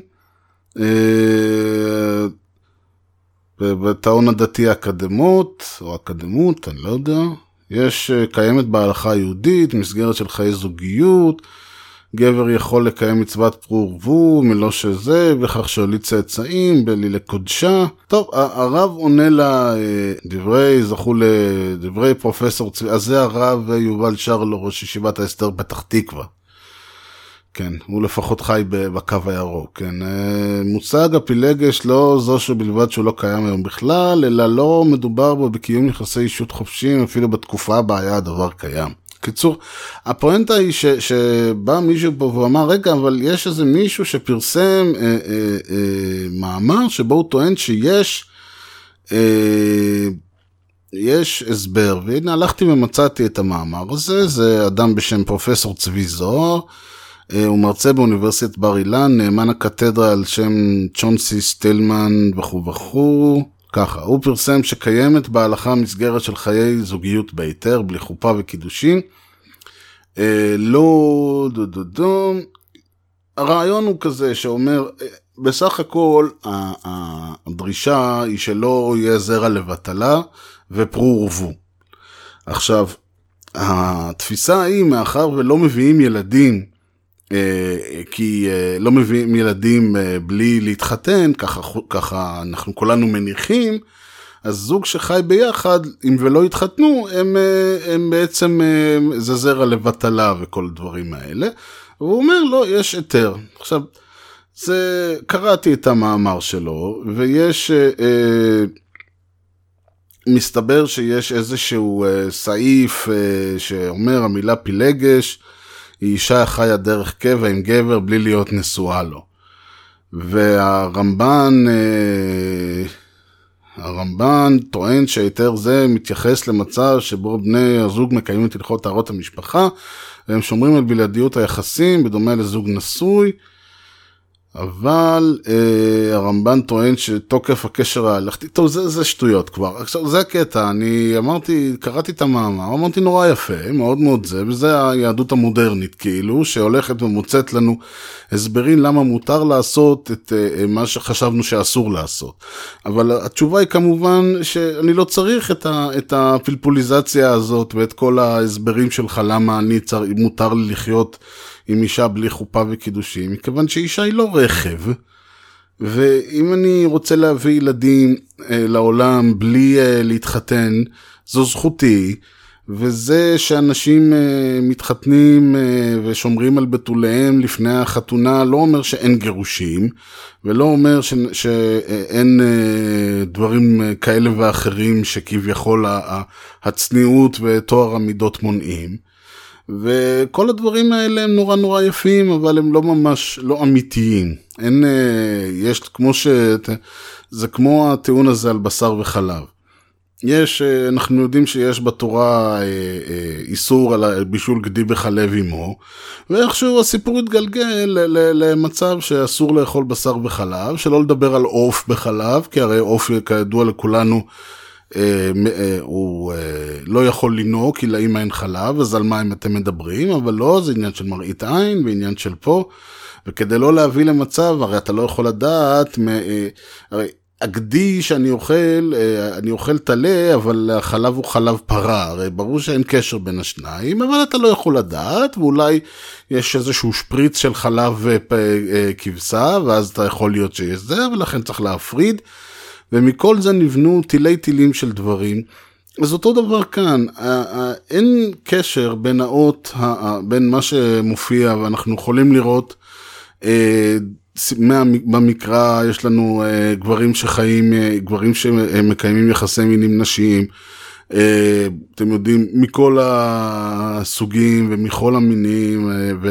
בטעון הדתי האקדמות, או אקדמות, אני לא יודע, יש, קיימת בהלכה היהודית, מסגרת של חיי זוגיות, גבר יכול לקיים מצוות פרו ורבו, מלא שזה, וכך שהוליד צאצאים, בלי לקודשה. טוב, הרב עונה לה דברי, זכו לדברי פרופסור צבי, אז זה הרב יובל שרלו, ראש ישיבת ההסדר פתח תקווה. כן, הוא לפחות חי בקו הירוק, כן. מושג הפילגש לא זו שבלבד שהוא לא קיים היום בכלל, אלא לא מדובר בו בקיום יחסי אישות חופשיים, אפילו בתקופה הבאה היה הדבר קיים. קיצור, הפואנטה היא ש, שבא מישהו פה ואמר, רגע, אבל יש איזה מישהו שפרסם אה, אה, אה, מאמר שבו הוא טוען שיש אה, יש הסבר, והנה הלכתי ומצאתי את המאמר הזה, זה אדם בשם פרופסור צבי זוהר, אה, הוא מרצה באוניברסיטת בר אילן, נאמן הקתדרה על שם צ'ונסי סטלמן וכו' וכו', ככה, הוא פרסם שקיימת בהלכה מסגרת של חיי זוגיות בהיתר, בלי חופה וקידושים. אה, לא, דו דו דו. הרעיון הוא כזה שאומר, בסך הכל, הדרישה היא שלא יהיה זרע לבטלה ופרו ורבו. עכשיו, התפיסה היא, מאחר ולא מביאים ילדים, כי לא מביאים ילדים בלי להתחתן, ככה, ככה אנחנו כולנו מניחים, אז זוג שחי ביחד, אם ולא התחתנו, הם, הם בעצם, זה זרע לבטלה וכל הדברים האלה, והוא אומר, לא, יש היתר. עכשיו, זה, קראתי את המאמר שלו, ויש, אה, מסתבר שיש איזשהו אה, סעיף אה, שאומר, המילה פילגש, היא אישה חיה דרך קבע עם גבר בלי להיות נשואה לו. והרמב"ן, אה, הרמב"ן טוען שהיתר זה מתייחס למצב שבו בני הזוג מקיימים את הלכות טהרות המשפחה, והם שומרים על בלעדיות היחסים, בדומה לזוג נשוי, אבל אה, הרמב"ן טוען שתוקף הקשר ההלכתי, טוב, זה, זה שטויות כבר. עכשיו, זה הקטע, אני אמרתי, קראתי את המאמר, אמרתי נורא יפה, מאוד מאוד זה, וזה היהדות המודרנית, כאילו, שהולכת ומוצאת לנו הסברים למה מותר לעשות את אה, מה שחשבנו שאסור לעשות. אבל התשובה היא כמובן שאני לא צריך את, ה, את הפלפוליזציה הזאת, ואת כל ההסברים שלך למה אני צר, מותר לי לחיות עם אישה בלי חופה וקידושים, מכיוון שאישה היא לא רכב, ואם אני רוצה להביא ילדים אה, לעולם בלי אה, להתחתן, זו זכותי, וזה שאנשים מתחתנים ושומרים על בתוליהם לפני החתונה, לא אומר שאין גירושים, ולא אומר ש, שאין דברים כאלה ואחרים שכביכול הצניעות ותואר המידות מונעים. וכל הדברים האלה הם נורא נורא יפים, אבל הם לא ממש, לא אמיתיים. אין, יש כמו ש... זה כמו הטיעון הזה על בשר וחלב. יש, אנחנו יודעים שיש בתורה איסור על בישול גדי בחלב עמו, ואיכשהו הסיפור התגלגל למצב שאסור לאכול בשר וחלב, שלא לדבר על עוף בחלב, כי הרי עוף כידוע לכולנו, הוא לא יכול לנוע, כי לאמא אין חלב, אז על מה אם אתם מדברים? אבל לא, זה עניין של מראית עין, ועניין של פה, וכדי לא להביא למצב, הרי אתה לא יכול לדעת, הרי הגדי שאני אוכל, אני אוכל תלה, אבל החלב הוא חלב פרה, הרי ברור שאין קשר בין השניים, אבל אתה לא יכול לדעת, ואולי יש איזשהו שפריץ של חלב כבשה, ואז אתה יכול להיות שיש זה, ולכן צריך להפריד, ומכל זה נבנו תילי תילים של דברים. אז אותו דבר כאן, אין קשר בין האות, בין מה שמופיע, ואנחנו יכולים לראות, במקרא יש לנו גברים שחיים, גברים שמקיימים יחסי מינים נשיים, אתם יודעים, מכל הסוגים ומכל המינים,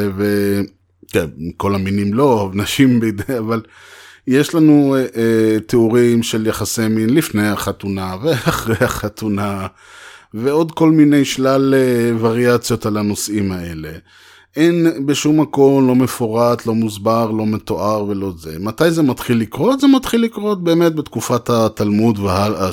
כן, מכל המינים לא, נשים בידי, אבל יש לנו תיאורים של יחסי מין לפני החתונה ואחרי החתונה, ועוד כל מיני שלל וריאציות על הנושאים האלה. אין בשום מקום לא מפורט, לא מוסבר, לא מתואר ולא זה. מתי זה מתחיל לקרות? זה מתחיל לקרות באמת בתקופת התלמוד והלאה,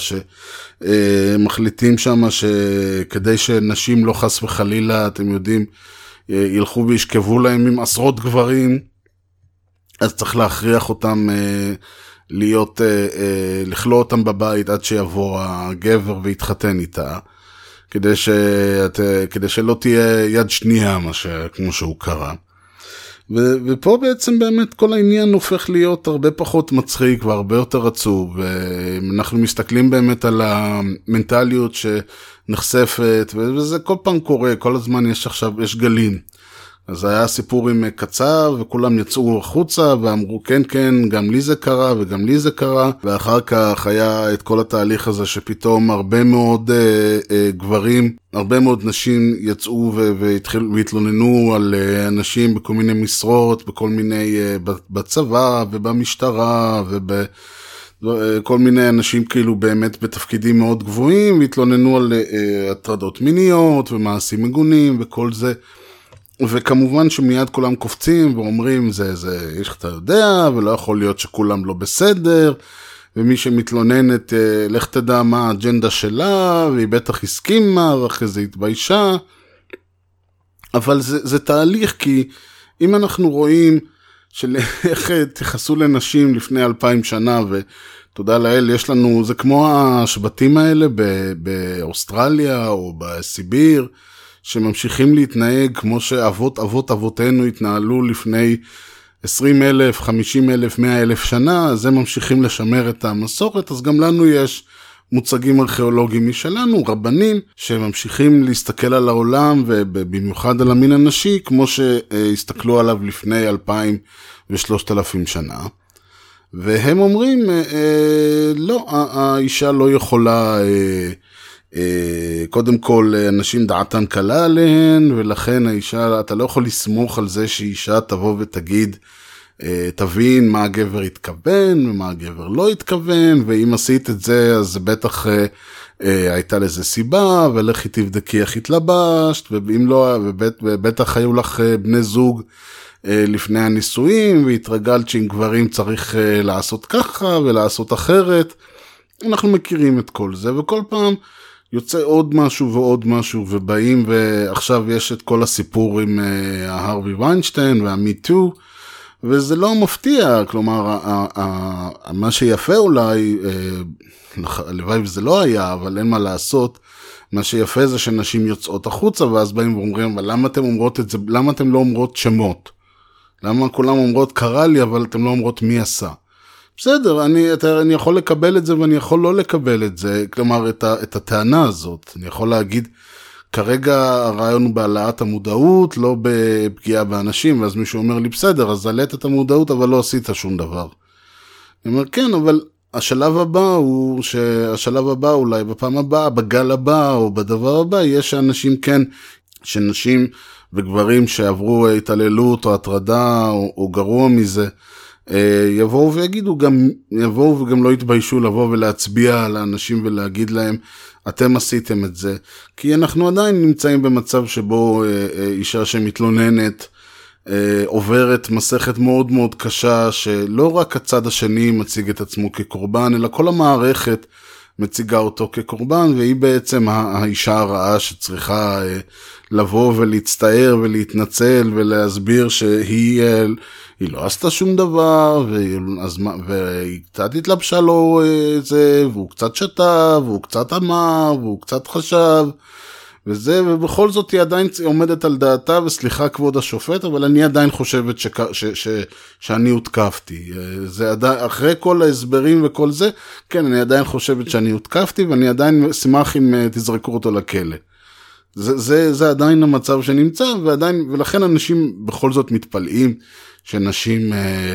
שמחליטים שם שכדי שנשים לא חס וחלילה, אתם יודעים, ילכו וישכבו להם עם עשרות גברים, אז צריך להכריח אותם להיות, לכלוא אותם בבית עד שיבוא הגבר ויתחתן איתה. כדי, שאת, כדי שלא תהיה יד שנייה, מה ש, כמו שהוא קרא. ו, ופה בעצם באמת כל העניין הופך להיות הרבה פחות מצחיק והרבה יותר עצוב, ואנחנו מסתכלים באמת על המנטליות שנחשפת, וזה כל פעם קורה, כל הזמן יש עכשיו, יש גלים. אז היה סיפור עם קצב, וכולם יצאו החוצה, ואמרו כן כן, גם לי זה קרה, וגם לי זה קרה, ואחר כך היה את כל התהליך הזה, שפתאום הרבה מאוד אה, אה, גברים, הרבה מאוד נשים יצאו והתחילו, והתלוננו על אה, אנשים בכל מיני משרות, בכל מיני, אה, בצבא, ובמשטרה, וב... כל מיני אנשים כאילו באמת בתפקידים מאוד גבוהים, והתלוננו על אה, הטרדות מיניות, ומעשים מגונים, וכל זה. וכמובן שמיד כולם קופצים ואומרים, זה, זה, יש אתה יודע, ולא יכול להיות שכולם לא בסדר, ומי שמתלוננת, לך תדע מה האג'נדה שלה, והיא בטח הסכימה, ואחרי זה התביישה. אבל זה, זה תהליך, כי אם אנחנו רואים של איך תחסו לנשים לפני אלפיים שנה, ותודה לאל, יש לנו, זה כמו השבטים האלה באוסטרליה או בסיביר, שממשיכים להתנהג כמו שאבות אבות אבותינו התנהלו לפני עשרים אלף, חמישים אלף, מאה אלף שנה, אז הם ממשיכים לשמר את המסורת, אז גם לנו יש מוצגים ארכיאולוגיים משלנו, רבנים, שממשיכים להסתכל על העולם, ובמיוחד על המין הנשי, כמו שהסתכלו עליו לפני אלפיים ושלושת אלפים שנה. והם אומרים, לא, האישה לא יכולה... קודם כל, אנשים דעתן קלה עליהן, ולכן האישה, אתה לא יכול לסמוך על זה שאישה תבוא ותגיד, תבין מה הגבר התכוון, ומה הגבר לא התכוון, ואם עשית את זה, אז בטח הייתה לזה סיבה, ולכי תבדקי איך התלבשת, ואם לא, ובטח היו לך בני זוג לפני הנישואים, והתרגלת שעם גברים צריך לעשות ככה, ולעשות אחרת. אנחנו מכירים את כל זה, וכל פעם, יוצא עוד משהו ועוד משהו, ובאים, ועכשיו יש את כל הסיפור עם ההרווי ויינשטיין והמי-טו, וזה לא מפתיע, כלומר, מה שיפה אולי, הלוואי וזה לא היה, אבל אין מה לעשות, מה שיפה זה שנשים יוצאות החוצה, ואז באים ואומרים, אבל למה אתם אומרות את זה, למה אתם לא אומרות שמות? למה כולם אומרות קרה לי, אבל אתם לא אומרות מי עשה? בסדר, אני, אני יכול לקבל את זה ואני יכול לא לקבל את זה, כלומר את, ה, את הטענה הזאת, אני יכול להגיד, כרגע הרעיון הוא בהעלאת המודעות, לא בפגיעה באנשים, ואז מישהו אומר לי, בסדר, אז העלית את המודעות, אבל לא עשית שום דבר. אני אומר, כן, אבל השלב הבא הוא, שהשלב הבא אולי בפעם הבאה, בגל הבא או בדבר הבא, יש שאנשים כן, שנשים וגברים שעברו התעללות או הטרדה או, או גרוע מזה, יבואו ויגידו, גם, יבואו וגם לא יתביישו לבוא ולהצביע על האנשים ולהגיד להם, אתם עשיתם את זה. כי אנחנו עדיין נמצאים במצב שבו אישה שמתלוננת, עוברת מסכת מאוד מאוד קשה, שלא רק הצד השני מציג את עצמו כקורבן, אלא כל המערכת מציגה אותו כקורבן, והיא בעצם האישה הרעה שצריכה לבוא ולהצטער ולהתנצל ולהסביר שהיא היא לא עשתה שום דבר, והיא קצת התלבשה לו זה, והוא קצת שתה, והוא קצת אמר, והוא קצת חשב, וזה, ובכל זאת היא עדיין עומדת על דעתה, וסליחה כבוד השופט, אבל אני עדיין חושבת ש, ש, ש, שאני הותקפתי. זה עדיין, אחרי כל ההסברים וכל זה, כן, אני עדיין חושבת שאני הותקפתי, ואני עדיין שמח אם תזרקו אותו לכלא. זה, זה, זה עדיין המצב שנמצא, ועדיין, ולכן אנשים בכל זאת מתפלאים, שנשים,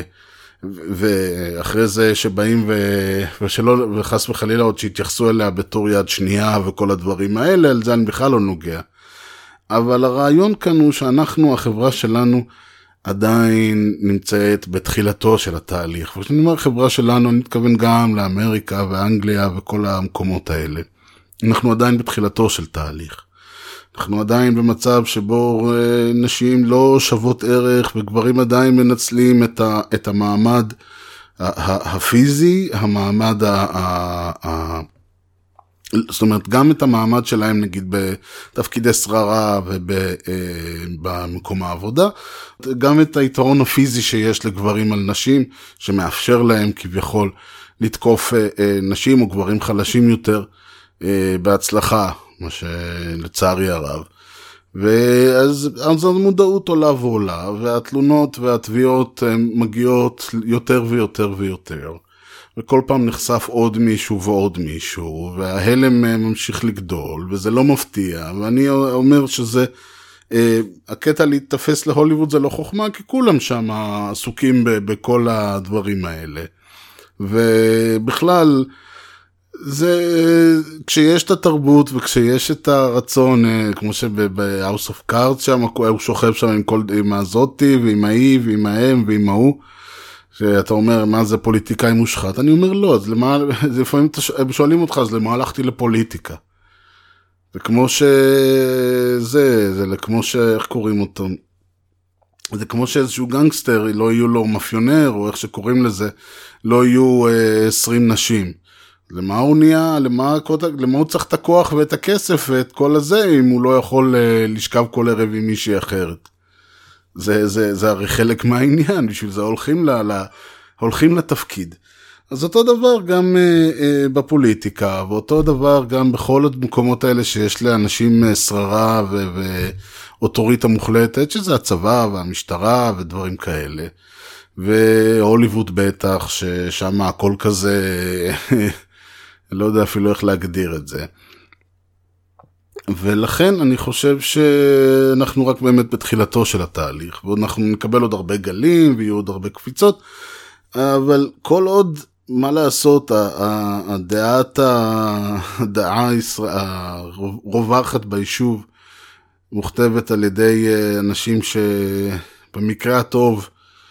ואחרי זה שבאים ו... ושלא, וחס וחלילה עוד שהתייחסו אליה בתור יד שנייה וכל הדברים האלה, על זה אני בכלל לא נוגע. אבל הרעיון כאן הוא שאנחנו, החברה שלנו, עדיין נמצאת בתחילתו של התהליך. וכשאני אומר חברה שלנו, אני מתכוון גם לאמריקה ואנגליה וכל המקומות האלה. אנחנו עדיין בתחילתו של תהליך. אנחנו עדיין במצב שבו נשים לא שוות ערך, וגברים עדיין מנצלים את, ה, את המעמד הפיזי, המעמד, ה, ה, ה, זאת אומרת, גם את המעמד שלהם, נגיד, בתפקידי שררה ובמקום העבודה, גם את היתרון הפיזי שיש לגברים על נשים, שמאפשר להם כביכול לתקוף נשים או גברים חלשים יותר בהצלחה, מה שלצערי הרב. ואז אז המודעות עולה ועולה, והתלונות והתביעות מגיעות יותר ויותר ויותר. וכל פעם נחשף עוד מישהו ועוד מישהו, וההלם ממשיך לגדול, וזה לא מפתיע. ואני אומר שזה, הקטע להתתפס להוליווד זה לא חוכמה, כי כולם שם עסוקים בכל הדברים האלה. ובכלל, זה, כשיש את התרבות וכשיש את הרצון, כמו שב-House of Cards שם, הוא שוכב שם עם כל, עם הזאתי ועם ההיא ועם ההם ועם ההוא, שאתה אומר, מה זה פוליטיקאי מושחת? אני אומר, לא, אז למה, זה לפעמים הם שואלים אותך, אז למה הלכתי לפוליטיקה? זה כמו שזה, זה כמו ש, איך קוראים אותו? זה כמו שאיזשהו גנגסטר, לא יהיו לו מאפיונר, או איך שקוראים לזה, לא יהיו עשרים נשים. למה הוא נהיה, למה, למה הוא צריך את הכוח ואת הכסף ואת כל הזה, אם הוא לא יכול לשכב כל ערב עם מישהי אחרת? זה, זה, זה הרי חלק מהעניין, בשביל זה הולכים, ל, ל, הולכים לתפקיד. אז אותו דבר גם אה, אה, בפוליטיקה, ואותו דבר גם בכל המקומות האלה שיש לאנשים שררה ו, ואוטוריטה מוחלטת, שזה הצבא והמשטרה ודברים כאלה. והוליווד בטח, ששם הכל כזה, לא יודע אפילו איך להגדיר את זה. ולכן אני חושב שאנחנו רק באמת בתחילתו של התהליך, ואנחנו נקבל עוד הרבה גלים ויהיו עוד הרבה קפיצות, אבל כל עוד, מה לעשות, הדעת, הדעה הרווחת ביישוב מוכתבת על ידי אנשים שבמקרה הטוב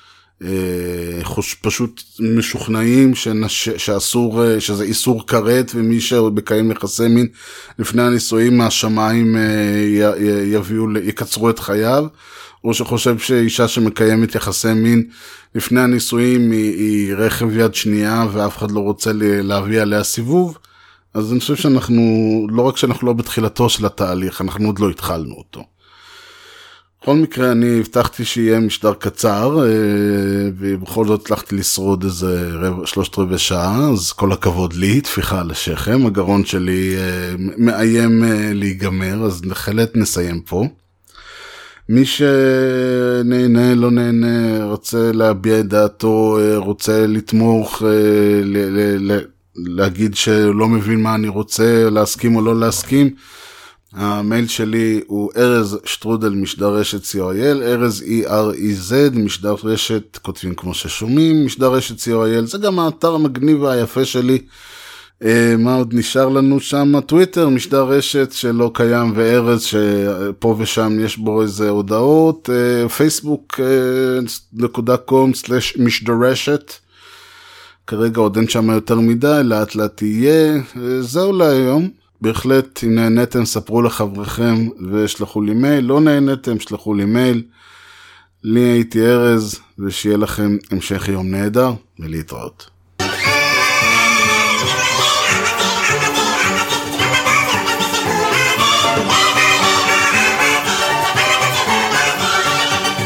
פשוט משוכנעים שנש... שאסור, שזה איסור כרת, ומי שבקיים יחסי מין לפני הנישואים מהשמיים יביאו, יקצרו את חייו, או שחושב שאישה שמקיימת יחסי מין לפני הנישואים היא, היא רכב יד שנייה ואף אחד לא רוצה להביא עליה סיבוב. אז אני חושב שאנחנו, לא רק שאנחנו לא בתחילתו של התהליך, אנחנו עוד לא התחלנו אותו. בכל מקרה, אני הבטחתי שיהיה משדר קצר, ובכל זאת הצלחתי לשרוד איזה רבע, שלושת רבעי שעה, אז כל הכבוד לי, תפיחה על השכם, הגרון שלי מאיים להיגמר, אז נחלט נסיים פה. מי שנהנה, לא נהנה, רוצה להביע את דעתו, רוצה לתמוך, ל- ל- ל- להגיד שלא מבין מה אני רוצה, להסכים או לא להסכים, המייל שלי הוא ארז שטרודל משדרשת סי או איי אל, ארז E-R-E-Z, משדרשת, כותבים כמו ששומעים, משדרשת סי או איי אל, זה גם האתר המגניב והיפה שלי. מה עוד נשאר לנו שם? טוויטר, משדרשת שלא קיים, וארז שפה ושם יש בו איזה הודעות, פייסבוק נקודה קום סלש משדרשת, כרגע עוד אין שם יותר מדי, לאט לאט תהיה. זהו להיום. בהחלט, אם נהנתם, ספרו לחבריכם ושלחו לי מייל. לא נהנתם, שלחו לי מייל. לי הייתי ארז, ושיהיה לכם המשך יום נהדר, ולהתראות.